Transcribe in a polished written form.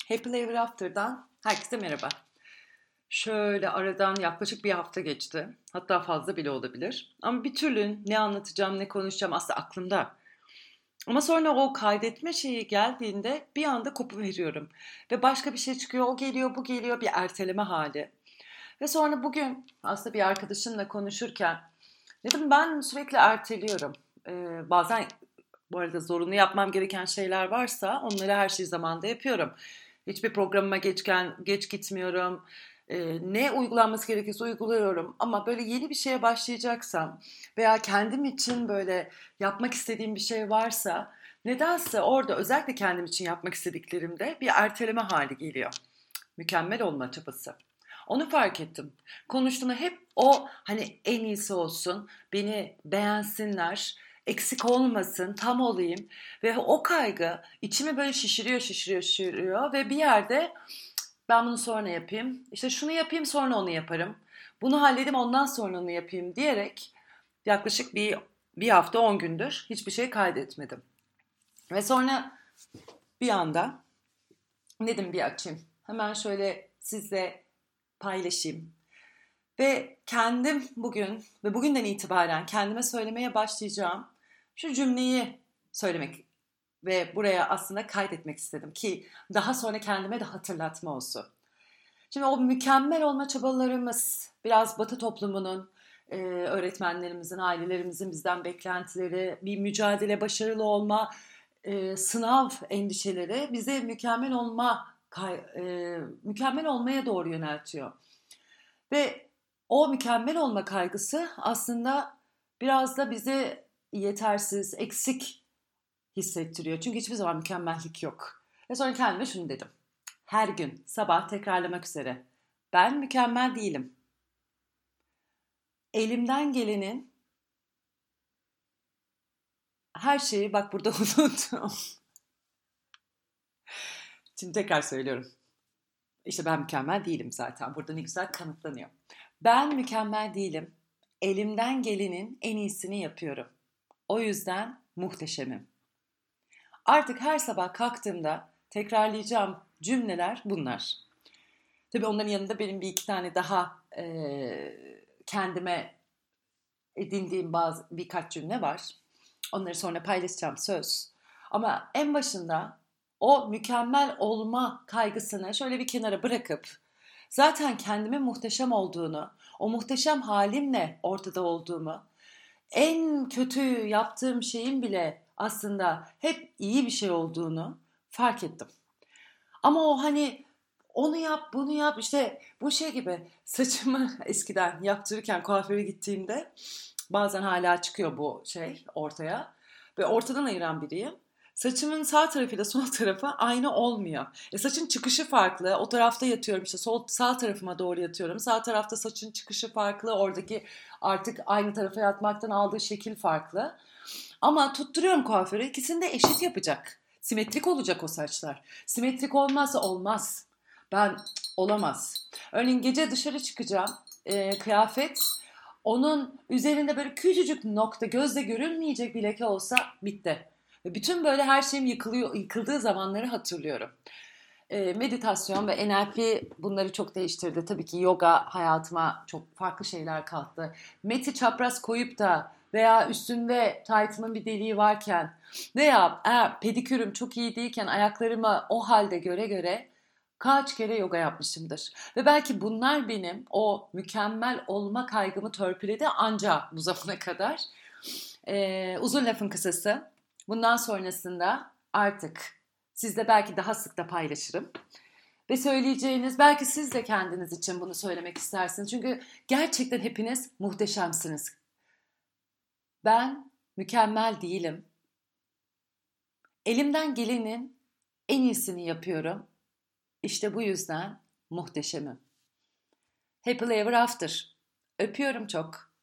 Happily Ever After'dan herkese merhaba. Şöyle aradan yaklaşık bir hafta geçti. Hatta fazla bile olabilir. Ama bir türlü ne anlatacağım, ne konuşacağım aslında aklımda. Ama sonra o kaydetme şeyi geldiğinde bir anda kopuveriyorum. Ve başka bir şey çıkıyor, o geliyor, bu geliyor, bir erteleme hali. Ve sonra bugün aslında bir arkadaşımla konuşurken dedim ben sürekli erteliyorum. Bazen bu arada zorunlu yapmam gereken şeyler varsa onları her şey zamanında yapıyorum. Hiçbir programıma geç gitmiyorum. Ne uygulanması gerekiyorsa uyguluyorum. Ama böyle yeni bir şeye başlayacaksam veya kendim için böyle yapmak istediğim bir şey varsa nedense orada özellikle kendim için yapmak istediklerimde bir erteleme hali geliyor. Mükemmel olma çabası. Onu fark ettim. Konuştuğumda hep o hani en iyisi olsun, beni beğensinler, eksik olmasın, tam olayım. Ve o kaygı içimi böyle şişiriyor ve bir yerde ben bunu sonra yapayım, işte şunu yapayım sonra onu yaparım. Bunu halledeyim ondan sonra onu yapayım diyerek yaklaşık bir hafta 10 gündür hiçbir şey kaydetmedim. Ve sonra bir anda dedim bir açayım. Hemen şöyle sizle paylaşayım. Ve kendim bugün ve bugünden itibaren kendime söylemeye başlayacağım şu cümleyi söylemek ve buraya aslında kaydetmek istedim ki daha sonra kendime de hatırlatma olsun. Şimdi o mükemmel olma çabalarımız biraz Batı toplumunun, öğretmenlerimizin, ailelerimizin bizden beklentileri, bir mücadele, başarılı olma, sınav endişeleri bize mükemmel olmaya doğru yöneltiyor. Ve o mükemmel olma kaygısı aslında biraz da bizi yetersiz, eksik hissettiriyor. Çünkü hiçbir zaman mükemmellik yok. Ve sonra kendime şunu dedim. Her gün sabah tekrarlamak üzere. Ben mükemmel değilim. Elimden gelenin her şeyi bak burada unuttum. Şimdi tekrar söylüyorum. İşte ben mükemmel değilim zaten. Burada ne güzel kanıtlanıyor. Ben mükemmel değilim. Elimden gelenin en iyisini yapıyorum. O yüzden muhteşemim. Artık her sabah kalktığımda tekrarlayacağım cümleler bunlar. Tabii onların yanında benim bir iki tane daha kendime edindiğim birkaç cümle var. Onları sonra paylaşacağım söz. Ama en başında o mükemmel olma kaygısını şöyle bir kenara bırakıp zaten kendimin muhteşem olduğunu, o muhteşem halimle ortada olduğumu, en kötü yaptığım şeyin bile aslında hep iyi bir şey olduğunu fark ettim. Ama o hani onu yap, bunu yap işte bu şey gibi saçımı eskiden yaptırırken kuaföre gittiğimde bazen hala çıkıyor bu şey ortaya ve ortadan ayıran biriyim. Saçımın sağ tarafıyla sol tarafı aynı olmuyor. Saçın çıkışı farklı. O tarafta yatıyorum işte sağ tarafıma doğru yatıyorum. Sağ tarafta saçın çıkışı farklı. Oradaki artık aynı tarafa yatmaktan aldığı şekil farklı. Ama tutturuyorum kuaföre ikisini de eşit yapacak. Simetrik olacak o saçlar. Simetrik olmazsa olmaz. Ben olamaz. Örneğin gece dışarı çıkacağım. Kıyafet onun üzerinde böyle küçücük nokta gözle görülmeyecek bir leke olsa bitti. Ve bütün böyle her şeyim yıkıldığı zamanları hatırlıyorum. Meditasyon ve NLP bunları çok değiştirdi. Tabii ki yoga hayatıma çok farklı şeyler kattı. Meti çapraz koyup da veya üstünde taytımın bir deliği varken veya eğer pedikürüm çok iyi değilken ayaklarımı o halde göre kaç kere yoga yapmışımdır. Ve belki bunlar benim o mükemmel olma kaygımı törpüledi ancak bu zamana kadar. Uzun lafın kısası. Bundan sonrasında artık sizle belki daha sık da paylaşırım. Ve söyleyeceğiniz belki siz de kendiniz için bunu söylemek istersiniz. Çünkü gerçekten hepiniz muhteşemsiniz. Ben mükemmel değilim. Elimden gelenin en iyisini yapıyorum. İşte bu yüzden muhteşemim. Happily ever after. Öpüyorum çok.